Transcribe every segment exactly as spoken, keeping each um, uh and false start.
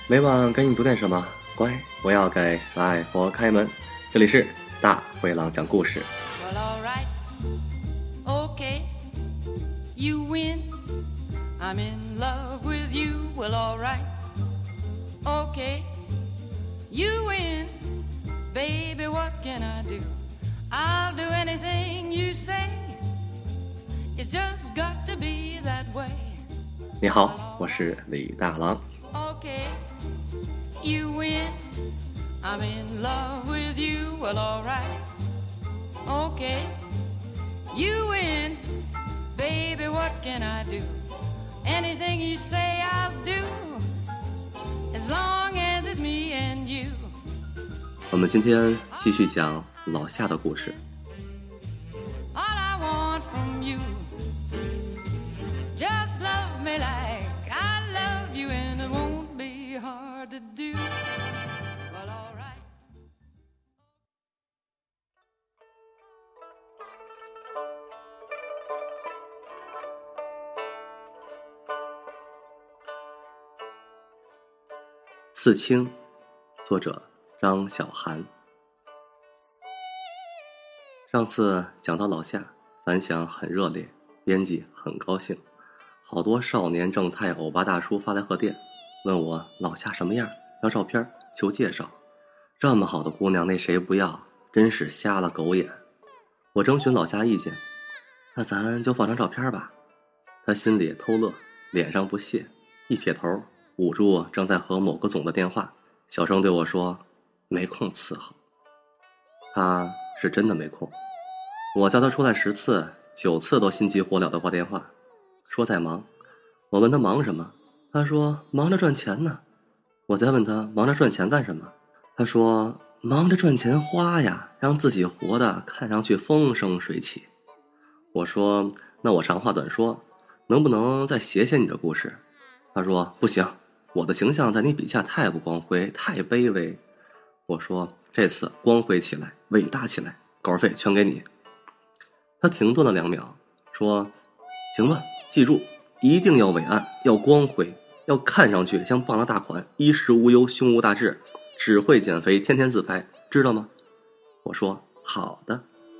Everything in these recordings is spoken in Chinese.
每晚给你读点什么？乖，我要给外婆开门。这里是大灰狼讲故事。 Well, all right, okay, you win. I'm in love with you. Well, all right, okay, you win. Baby, what can I do? I'll do anything you say. It's just got to be that way. 你好，我是李大郎。 Okay, you win. I'm in love with you. Well, all right. Okay, you win. Baby, what can I do? Anything you say I'll do, as long as it's me and you. 我们今天继续讲老夏的故事。 All I want from you, just love me like I love you, and it won't be hard to do. Well, all right. 刺青，作者张小涵。上次讲到老夏，反响很热烈，编辑很高兴，好多少年正太欧巴大叔发来贺电，问我老夏什么样，要照片，求介绍。这么好的姑娘，那谁不要？真是瞎了狗眼。我征询老夏意见，那咱就放张照片吧。他心里偷乐，脸上不屑，一撇头，捂住正在和某个总的电话，小声对我说：“没空伺候。”他是真的没空。我叫他出来十次，九次都心急火燎地挂电话，说在忙。我问他忙什么，他说忙着赚钱呢。我再问他忙着赚钱干什么，他说忙着赚钱花呀，让自己活得看上去风生水起。我说那我长话短说，能不能再写写你的故事？他说不行，我的形象在你笔下太不光辉，太卑微。我说这次光辉起来，伟大起来，稿费全给你。他停顿了两秒，说行吧，记住，一定要伟岸，要光辉，要看上去像傍了大款，衣食无忧，胸无大志，只会减肥，天天自拍，知道吗？我说好的。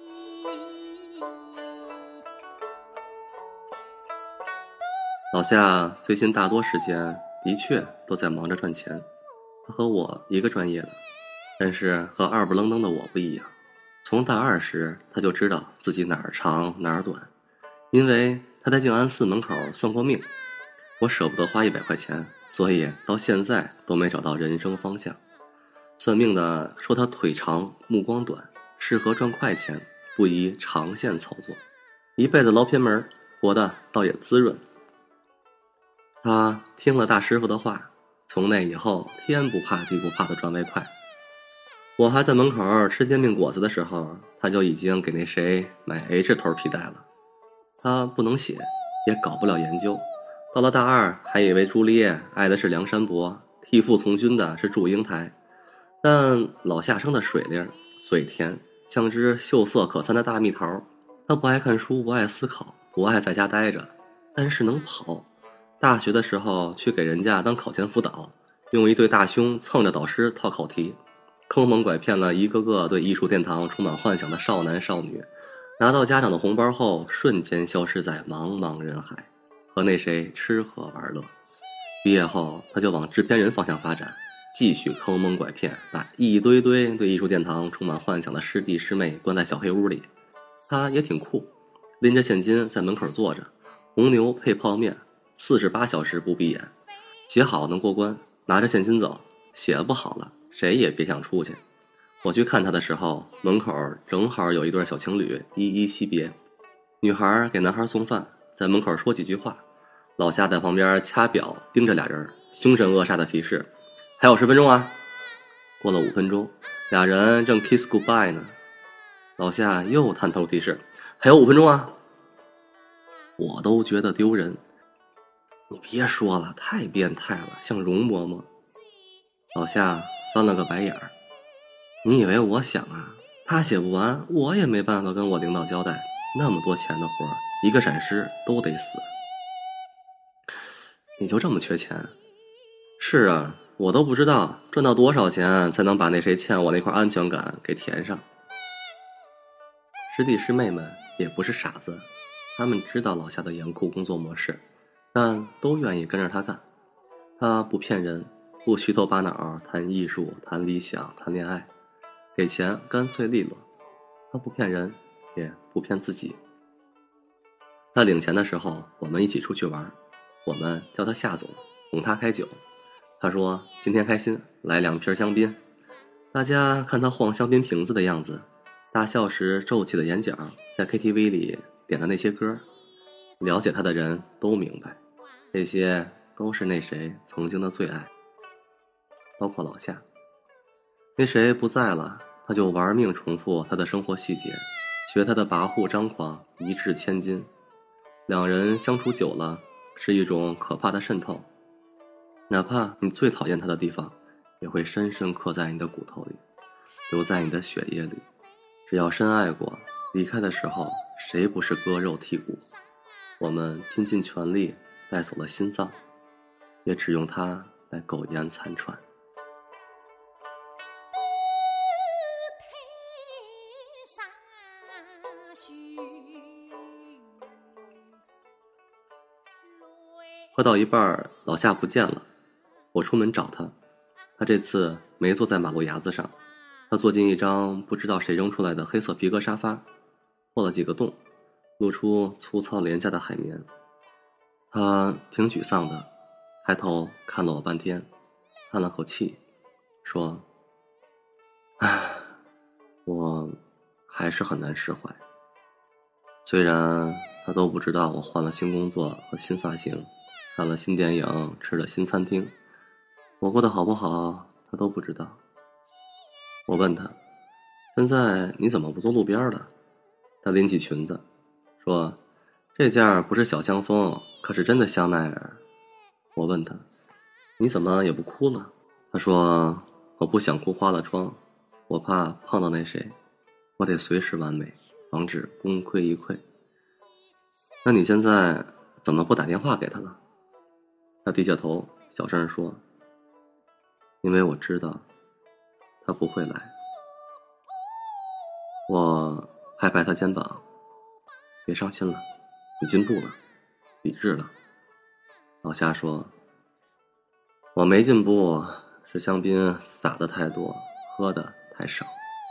老夏最近大多时间的确都在忙着赚钱，他和我一个专业的，但是和二不愣登的我不一样。从大二时他就知道自己哪儿长哪儿短，因为他在静安寺门口算过命。我舍不得花一百块钱，所以到现在都没找到人生方向。算命的说他腿长目光短，适合赚快钱，不宜长线操作，一辈子捞偏门，活得倒也滋润。他听了大师傅的话，从那以后天不怕地不怕的赚外快。我还在门口吃煎饼果子的时候，他就已经给那谁买 H 头皮带了。他不能写，也搞不了研究，到了大二还以为朱丽叶爱的是梁山伯，替父从军的是祝英台。但老夏生的水灵，嘴甜，像只秀色可餐的大蜜桃。他不爱看书，不爱思考，不爱在家待着，但是能跑。大学的时候去给人家当考前辅导，用一对大胸蹭着导师套考题，坑蒙拐骗了一个个对艺术殿堂充满幻想的少男少女，拿到家长的红包后瞬间消失在茫茫人海，和那谁吃喝玩乐。毕业后他就往制片人方向发展，继续坑蒙拐骗，把一堆堆对艺术殿堂充满幻想的师弟师妹关在小黑屋里。他也挺酷，拎着现金在门口坐着，红牛配泡面，四十八小时不闭眼，写好能过关，拿着现金走，写不好了谁也别想出去。我去看他的时候，门口正好有一对小情侣依依惜别，女孩给男孩送饭，在门口说几句话，老夏在旁边掐表盯着俩人，凶神恶煞的提示还有十分钟啊。过了五分钟，俩人正 kiss goodbye 呢，老夏又探头提示还有五分钟啊。我都觉得丢人，你别说了，太变态了，像容嬷嬷。老夏翻了个白眼儿，你以为我想啊？他写不完，我也没办法跟我领导交代，那么多钱的活，一个闪失都得死。你就这么缺钱？是啊， 我都不知道赚到多少钱才能把那谁欠我那块安全感给填上。师弟师妹们也不是傻子，他们知道老夏的严酷工作模式，但都愿意跟着他干。他不骗人，不虚头巴脑谈艺术、谈理想、谈恋爱，给钱干脆利落。他不骗人，也不骗自己。他领钱的时候，我们一起出去玩，我们叫他夏总，哄他开酒。他说今天开心，来两瓶香槟。大家看他晃香槟瓶子的样子，大笑时皱起的眼角，在 K T V 里点的那些歌，了解他的人都明白，这些都是那谁曾经的最爱，包括老夏。那谁不在了，他就玩命重复他的生活细节，学他的跋扈张狂，一掷千金。两人相处久了，是一种可怕的渗透，哪怕你最讨厌他的地方，也会深深刻在你的骨头里，留在你的血液里。只要深爱过，离开的时候，谁不是割肉剔骨？我们拼尽全力带走了心脏，也只用它来苟延残喘。喝到一半，老夏不见了，我出门找他，他这次没坐在马路牙子上，他坐进一张不知道谁扔出来的黑色皮革沙发，破了几个洞，露出粗糙廉价的海绵。他挺沮丧的，抬头看了我半天，叹了口气，说：唉，我还是很难释怀。虽然他都不知道我换了新工作和新发型，看了新电影，吃了新餐厅，我过得好不好他都不知道。我问他，现在你怎么不坐路边了？他拎起裙子说，这件不是小香风，可是真的香奈儿。我问他，你怎么也不哭了？他说，我不想哭花了妆，我怕碰到那谁，我得随时完美，防止功亏一篑。那你现在怎么不打电话给他了？他低下头小声说，因为我知道他不会来。我拍拍他肩膀，别伤心了，你进步了，理智了。老夏说，我没进步，是香槟撒的太多，喝的太少。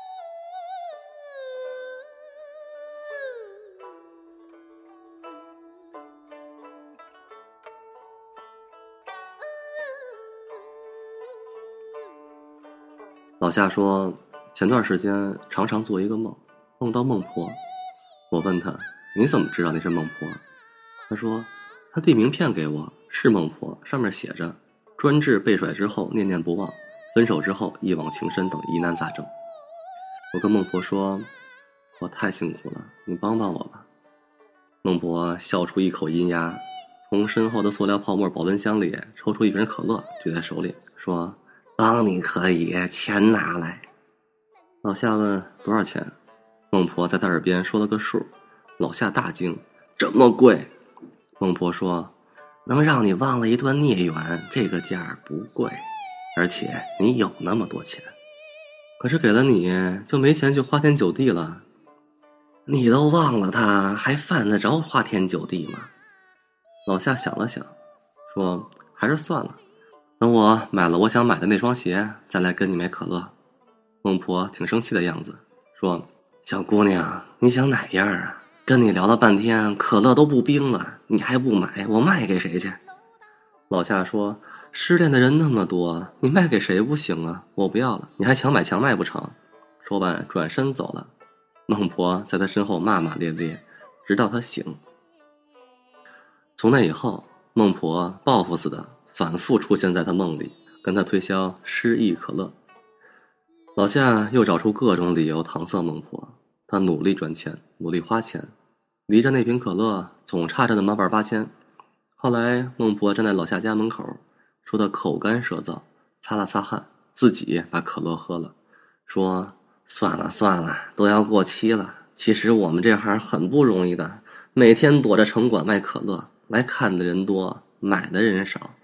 老夏说，前段时间常常做一个梦，梦到孟婆。我问他，你怎么知道那是孟婆？他说，他递名片给我，是孟婆，上面写着专治被甩之后念念不忘，分手之后一往情深等疑难杂症。我跟孟婆说，我太辛苦了，你帮帮我吧。孟婆笑出一口阴牙，从身后的塑料泡沫保温箱里抽出一瓶可乐，举在手里说，帮你可以，钱拿来。老夏问多少钱，孟婆在他耳边说了个数。老夏大惊，这么贵？孟婆说，能让你忘了一段孽缘，这个价不贵，而且你有那么多钱，可是给了你就没钱去花天酒地了。你都忘了他，还犯得着花天酒地吗？老夏想了想，说，还是算了，等我买了我想买的那双鞋，再来跟你买可乐。孟婆挺生气的样子，说，小姑娘，你想哪样啊？跟你聊了半天，可乐都不冰了，你还不买，我卖给谁去？老夏说，失恋的人那么多，你卖给谁不行啊？我不要了，你还强买强卖不成？说完转身走了。孟婆在他身后骂骂咧咧，直到他醒。从那以后，孟婆报复似的反复出现在他梦里，跟他推销失忆可乐。老夏又找出各种理由搪塞孟婆，他努力赚钱，努力花钱，离着那瓶可乐总差着那么万八千。后来孟婆站在老夏家门口，说他口干舌燥，擦了擦汗，自己把可乐喝了，说，算了算了，都要过期了，其实我们这行很不容易的，每天躲着城管卖可乐，来看的人多，买的人少，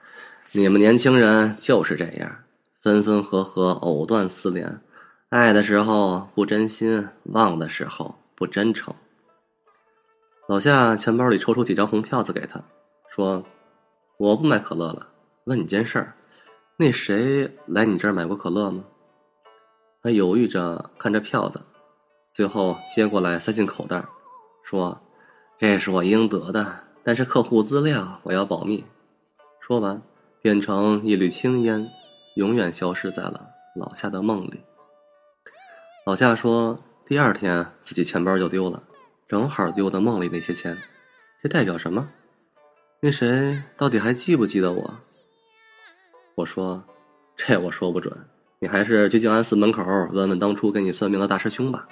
你们年轻人就是这样，分分合合，藕断丝连，爱的时候不真心，忘的时候不真诚。老夏钱包里抽出几张红票子给他，说我不买可乐了，问你件事儿，那谁来你这儿买过可乐吗？他犹豫着看着票子，最后接过来塞进口袋，说这是我应得的，但是客户资料我要保密。说完变成一缕青烟，永远消失在了老夏的梦里。老夏说第二天自己钱包就丢了，正好丢的梦里那些钱，这代表什么？那谁到底还记不记得我？我说这我说不准，你还是去静安寺门口问问当初给你算命的大师兄吧。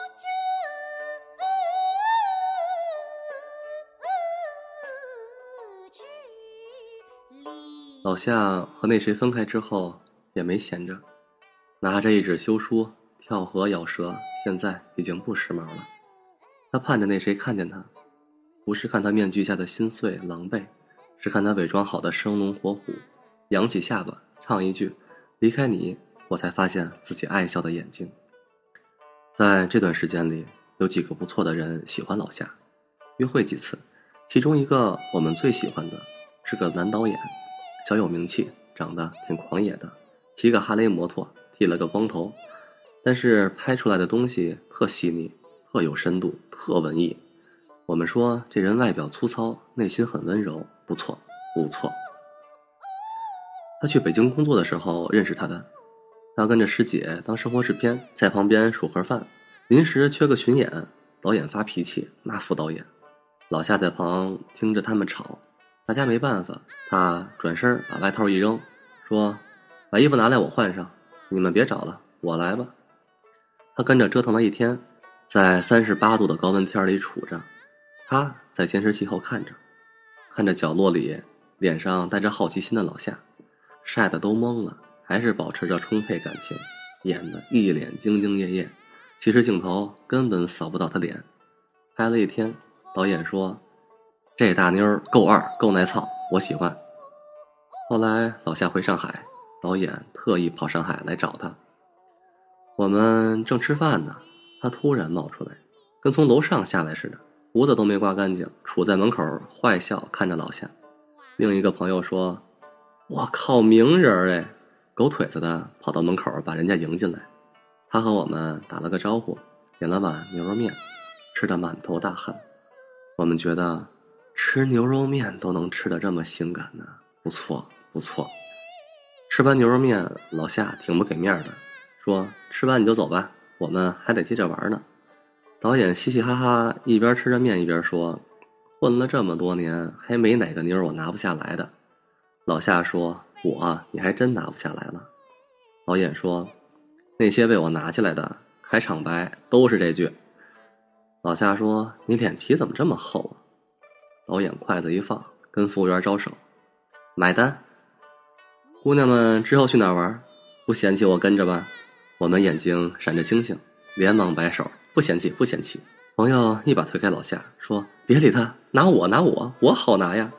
老夏和那谁分开之后也没闲着，拿着一纸休书跳河咬舌，现在已经不时髦了。他盼着那谁看见他，不是看他面具下的心碎狼狈，是看他伪装好的生龙活虎，扬起下巴唱一句离开你，我才发现自己爱笑的眼睛。在这段时间里，有几个不错的人喜欢老夏，约会几次，其中一个我们最喜欢的是个男导演，小有名气，长得挺狂野的，骑个哈雷摩托，剃了个光头，但是拍出来的东西特细腻，特有深度，特文艺。我们说这人外表粗糙，内心很温柔，不错不错。他去北京工作的时候认识他的，他跟着师姐当生活制片，在旁边数盒饭，临时缺个群演，导演发脾气骂副导演，老夏在旁听着他们吵，大家没办法，他转身把外套一扔，说把衣服拿来我换上，你们别找了，我来吧。他跟着折腾了一天，在三十八度的高温天里杵着，他在监视器后看着，看着角落里脸上带着好奇心的老夏，晒得都懵了，还是保持着充沛感情，演得一脸兢兢业业，其实镜头根本扫不到他脸。拍了一天，导演说这大妞够二够耐操，我喜欢。后来老夏回上海，导演特意跑上海来找他，我们正吃饭呢，他突然冒出来，跟从楼上下来似的，胡子都没刮干净，杵在门口坏笑看着老夏。另一个朋友说我靠，名人哎，狗腿子的跑到门口把人家迎进来。他和我们打了个招呼，点了碗牛肉面，吃得满头大汗。我们觉得吃牛肉面都能吃得这么性感呢，不错不错。吃完牛肉面，老夏挺不给面的，说吃完你就走吧，我们还得接着玩呢。导演嘻嘻哈哈一边吃着面一边说，混了这么多年还没哪个妞我拿不下来的。老夏说我你还真拿不下来了。导演说那些被我拿下来的开场白都是这句。老夏说你脸皮怎么这么厚啊？导演筷子一放，跟服务员招手，买单。姑娘们之后去哪儿玩？不嫌弃我跟着吧？我们眼睛闪着星星，连忙摆手，不嫌弃不嫌弃。朋友一把推开老夏，说别理他，拿我拿我，我好拿呀。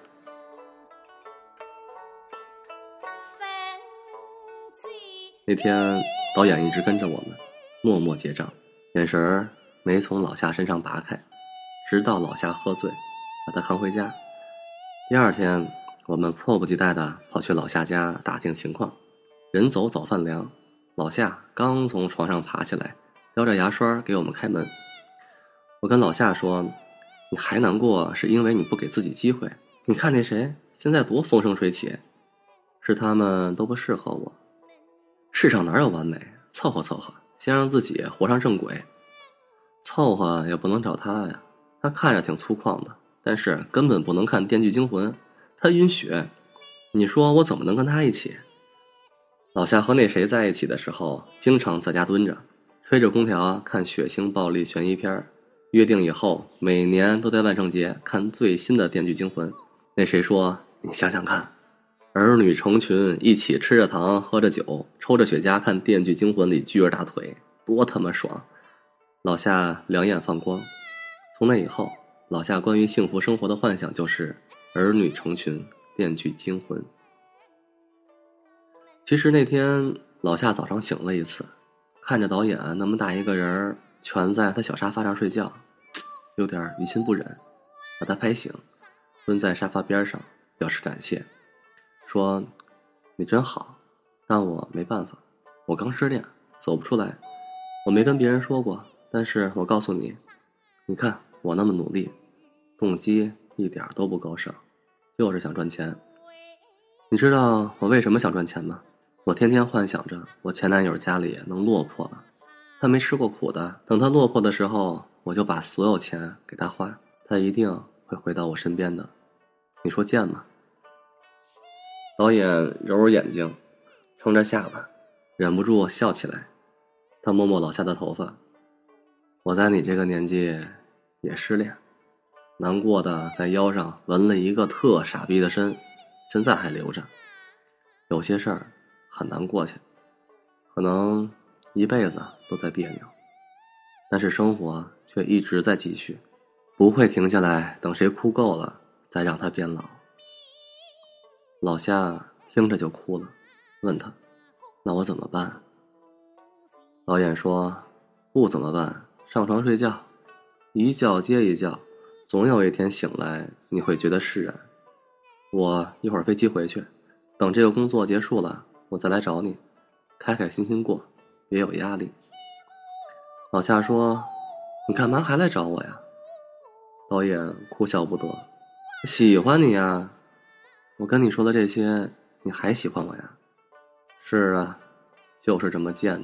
那天导演一直跟着我们，默默结账，眼神没从老夏身上拔开，直到老夏喝醉，把他扛回家。第二天我们迫不及待地跑去老夏家打听情况，人走早饭凉，老夏刚从床上爬起来，叼着牙刷给我们开门。我跟老夏说，你还难过是因为你不给自己机会，你看那谁现在多风生水起，是他们都不适合我。世上哪有完美，凑合凑合，先让自己活上正轨。凑合也不能找他呀，他看着挺粗犷的，但是根本不能看《电锯惊魂》，他晕血，你说我怎么能跟他一起？老夏和那谁在一起的时候，经常在家蹲着，吹着空调看血腥暴力悬疑片，约定以后每年都在万圣节看最新的《电锯惊魂》。那谁说你想想看，儿女成群一起吃着糖喝着酒抽着雪茄看《电锯惊魂》里锯着大腿，多他妈爽。老夏两眼放光，从那以后老夏关于幸福生活的幻想就是儿女成群电锯惊魂。 其实那天老夏早上醒了一次，看着导演那么大一个人蜷在他小沙发上睡觉，有点于心不忍，把他拍醒，蹲在沙发边上表示感谢，说你真好，但我没办法，我刚失恋走不出来，我没跟别人说过，但是我告诉你，你看我那么努力，动机一点都不高尚，就是想赚钱。你知道我为什么想赚钱吗？我天天幻想着我前男友家里能落魄了，他没吃过苦的，等他落魄的时候，我就把所有钱给他花，他一定会回到我身边的。你说贱吗？导演揉揉眼睛，撑着下巴，忍不住笑起来。他摸摸老夏的头发，我在你这个年纪也失恋，难过的在腰上纹了一个特傻逼的身，现在还留着。有些事儿很难过去，可能一辈子都在别扭，但是生活却一直在继续，不会停下来等谁哭够了再让他变老。老夏听着就哭了，问他，那我怎么办？导演说，不怎么办，上床睡觉，一觉接一觉，总有一天醒来你会觉得释然。我一会儿飞机回去，等这个工作结束了我再来找你，开开心心过，别有压力。老夏说，你干嘛还来找我呀？导演哭笑不得，喜欢你呀，我跟你说的这些你还喜欢我呀？是啊，就是这么贱呢。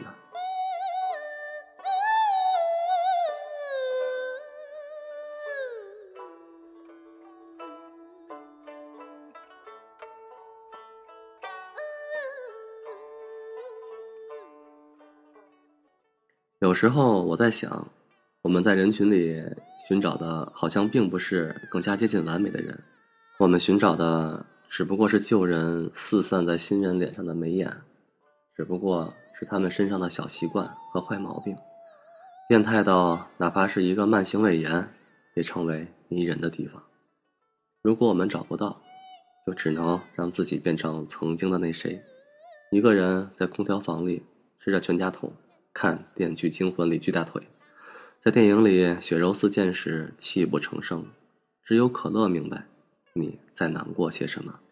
有时候我在想，我们在人群里寻找的好像并不是更加接近完美的人，我们寻找的只不过是旧人四散在新人脸上的眉眼，只不过是他们身上的小习惯和坏毛病，变态到哪怕是一个慢性胃炎也成为迷人的地方。如果我们找不到，就只能让自己变成曾经的那谁，一个人在空调房里吃着全家桶，看《电锯惊魂》里锯大腿，在电影里血肉似溅时泣不成声，只有可乐明白你在难过些什么。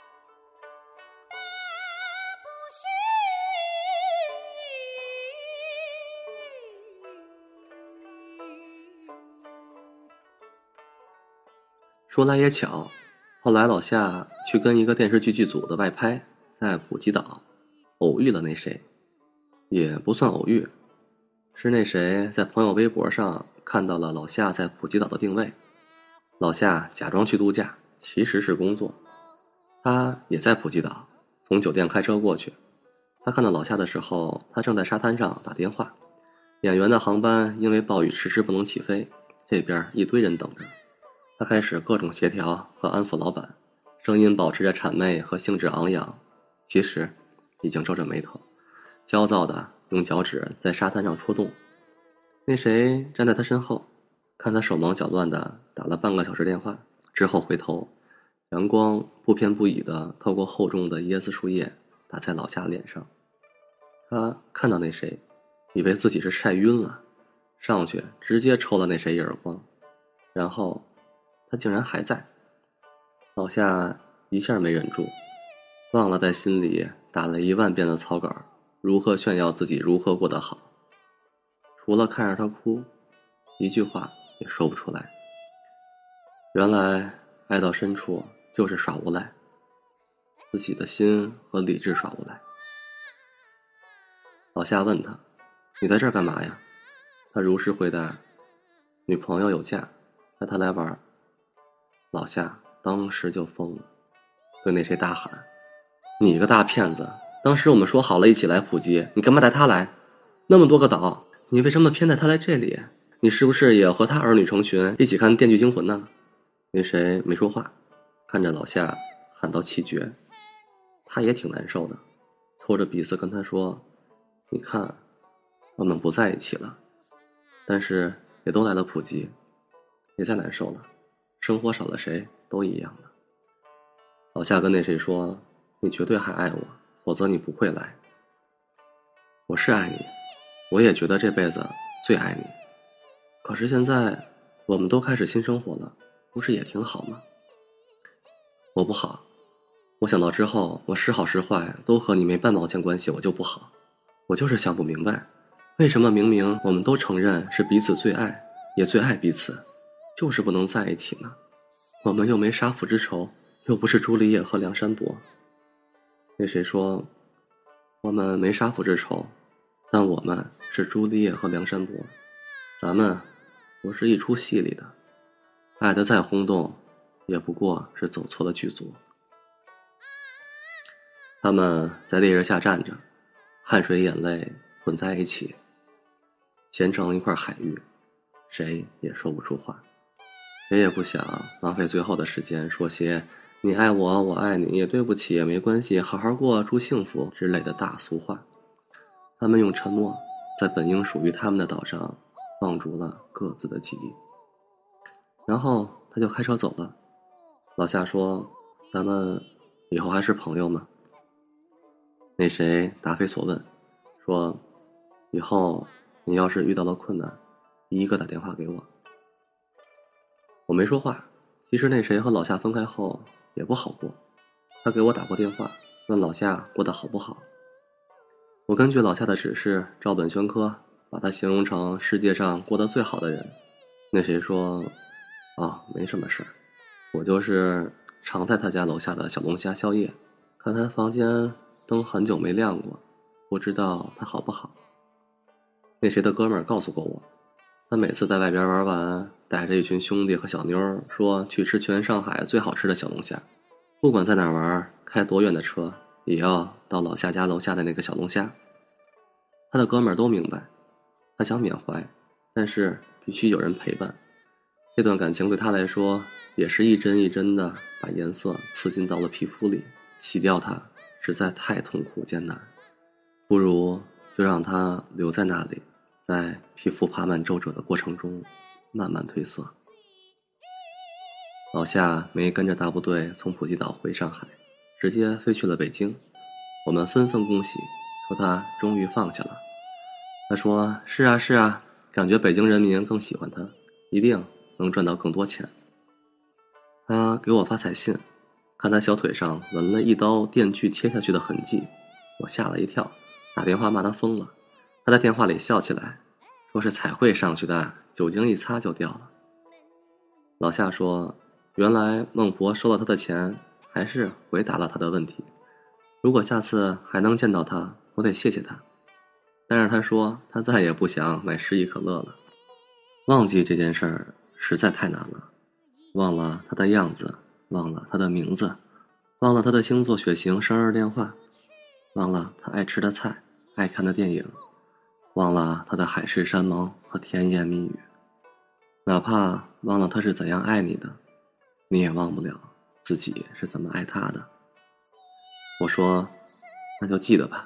说来也巧，后来老夏去跟一个电视剧剧组的外拍，在普吉岛偶遇了那谁，也不算偶遇，是那谁在朋友微博上看到了老夏在普吉岛的定位。老夏假装去度假，其实是工作。他也在普吉岛，从酒店开车过去。他看到老夏的时候，他正在沙滩上打电话。演员的航班因为暴雨迟迟不能起飞，这边一堆人等着。他开始各种协调和安抚老板，声音保持着谄媚和兴致昂扬，其实已经皱着眉头，焦躁的用脚趾在沙滩上戳动。那谁站在他身后，看他手忙脚乱的打了半个小时电话之后回头，阳光不偏不倚的透过厚重的椰子树叶打在老夏脸上。他看到那谁，以为自己是晒晕了，上去直接抽了那谁一耳光，然后他竟然还在。老夏一下没忍住，忘了在心里打了一万遍的草稿，如何炫耀自己如何过得好，除了看着他哭，一句话也说不出来。原来爱到深处就是耍无赖，自己的心和理智耍无赖。老夏问他，你在这儿干嘛呀？他如实回答，女朋友有假，带她来玩。老夏当时就疯了，对那谁大喊，你个大骗子，当时我们说好了一起来普吉，你干嘛带他来？那么多个岛，你为什么偏带他来这里？你是不是也要和他儿女成群一起看《电锯惊魂》呢？那谁没说话，看着老夏喊到气绝。他也挺难受的，抽着鼻子跟他说，你看我们不在一起了，但是也都来了普吉，别再难受了，生活少了谁都一样的。老夏跟那谁说，你绝对还爱我， 否则你不会来。我是爱你，我也觉得这辈子最爱你。可是现在我们都开始新生活了，不是也挺好吗？我不好，我想到之后我是好是坏都和你没半毛钱关系，我就不好。我就是想不明白，为什么明明我们都承认是彼此最爱，也最爱彼此，就是不能在一起呢？我们又没杀父之仇，又不是朱丽叶和梁山伯。那谁说我们没杀父之仇，但我们是朱丽叶和梁山伯，咱们不是一出戏里的，爱得再轰动也不过是走错了剧组。他们在烈日下站着，汗水眼泪混在一起，咸成一块海域，谁也说不出话，谁也不想浪费最后的时间说些你爱我我爱你也对不起也没关系好好过祝幸福之类的大俗话。他们用沉默在本应属于他们的岛上放逐了各自的记忆。然后他就开车走了。老夏说，咱们以后还是朋友吗？那谁答非所问，说以后你要是遇到了困难，第一个打电话给我。我没说话。其实那谁和老夏分开后也不好过，他给我打过电话问老夏过得好不好。我根据老夏的指示照本宣科，把他形容成世界上过得最好的人。那谁说哦，没什么事儿，我就是常在他家楼下的小龙虾宵夜，看他房间灯很久没亮过，不知道他好不好。那谁的哥们儿告诉过我，他每次在外边玩完，带着一群兄弟和小妞说去吃全上海最好吃的小龙虾，不管在哪玩，开多远的车，也要到老夏家楼下的那个小龙虾。他的哥们儿都明白，他想缅怀，但是必须有人陪伴。这段感情对他来说，也是一针一针的把颜色刺进到了皮肤里，洗掉它实在太痛苦艰难，不如就让它留在那里，在皮肤爬满皱褶的过程中慢慢褪色。老夏没跟着大部队从普吉岛回上海，直接飞去了北京。我们纷纷恭喜，说他终于放下了。他说是啊是啊，感觉北京人民更喜欢他，一定能赚到更多钱。他给我发彩信，看他小腿上纹了一刀电锯切下去的痕迹，我吓了一跳，打电话骂他疯了。他在电话里笑起来，说是彩绘上去的，酒精一擦就掉了。老夏说，原来孟婆收了他的钱，还是回答了他的问题。如果下次还能见到他，我得谢谢他。但是他说他再也不想买失忆可乐了。忘记这件事儿实在太难了，忘了他的样子，忘了他的名字，忘了他的星座血型生日电话，忘了他爱吃的菜，爱看的电影，忘了他的海誓山盟和甜言蜜语。哪怕忘了他是怎样爱你的，你也忘不了自己是怎么爱他的。我说那就记得吧。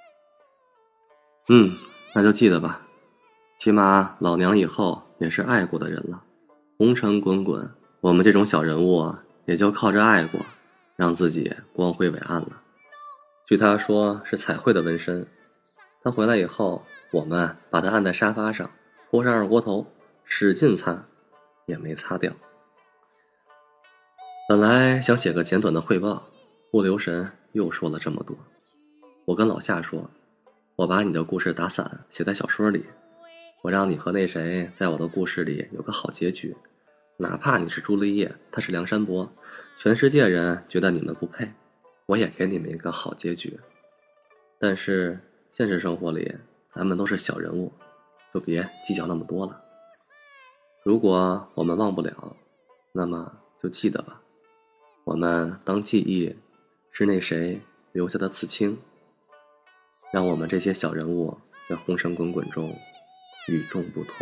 嗯，那就记得吧，起码老娘以后也是爱过的人了。红尘滚滚，我们这种小人物也就靠着爱过，让自己光辉伟岸了。据他说是彩绘的纹身，他回来以后，我们把他按在沙发上，泼上二锅头，使劲擦，也没擦掉。本来想写个简短的汇报，不留神又说了这么多。我跟老夏说，我把你的故事打散写在小说里，我让你和那谁在我的故事里有个好结局，哪怕你是朱丽叶，他是梁山伯，全世界人觉得你们不配，我也给你们一个好结局。但是现实生活里咱们都是小人物，就别计较那么多了。如果我们忘不了，那么就记得吧，我们当记忆是那谁留下的刺青，让我们这些小人物在红尘滚滚中与众不同。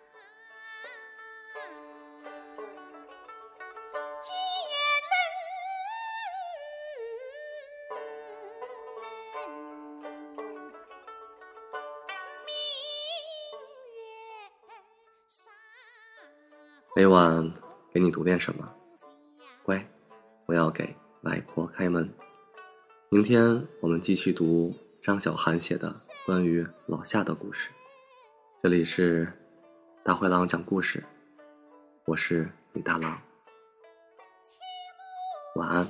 每晚给你读点什么？乖，我要给外婆开门。 明天我们继续读张小涵写的关于老夏的故事。这里是大灰狼讲故事，我是李大狼，晚安。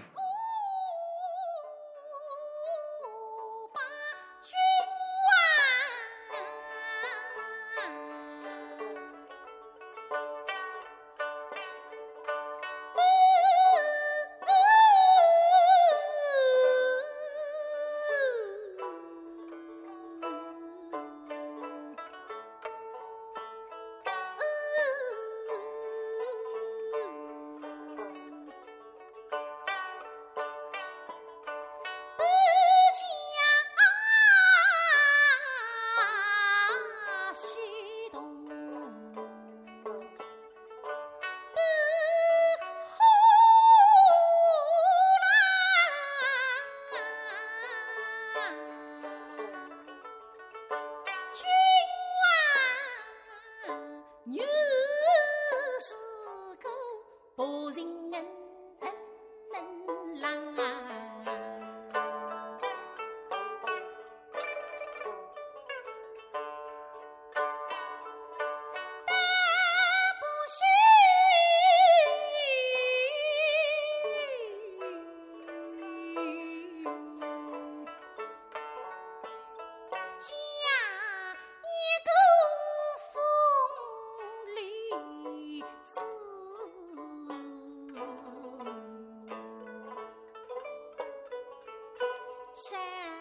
不人恩恩恩郎啊，但不须加一个风吕字。山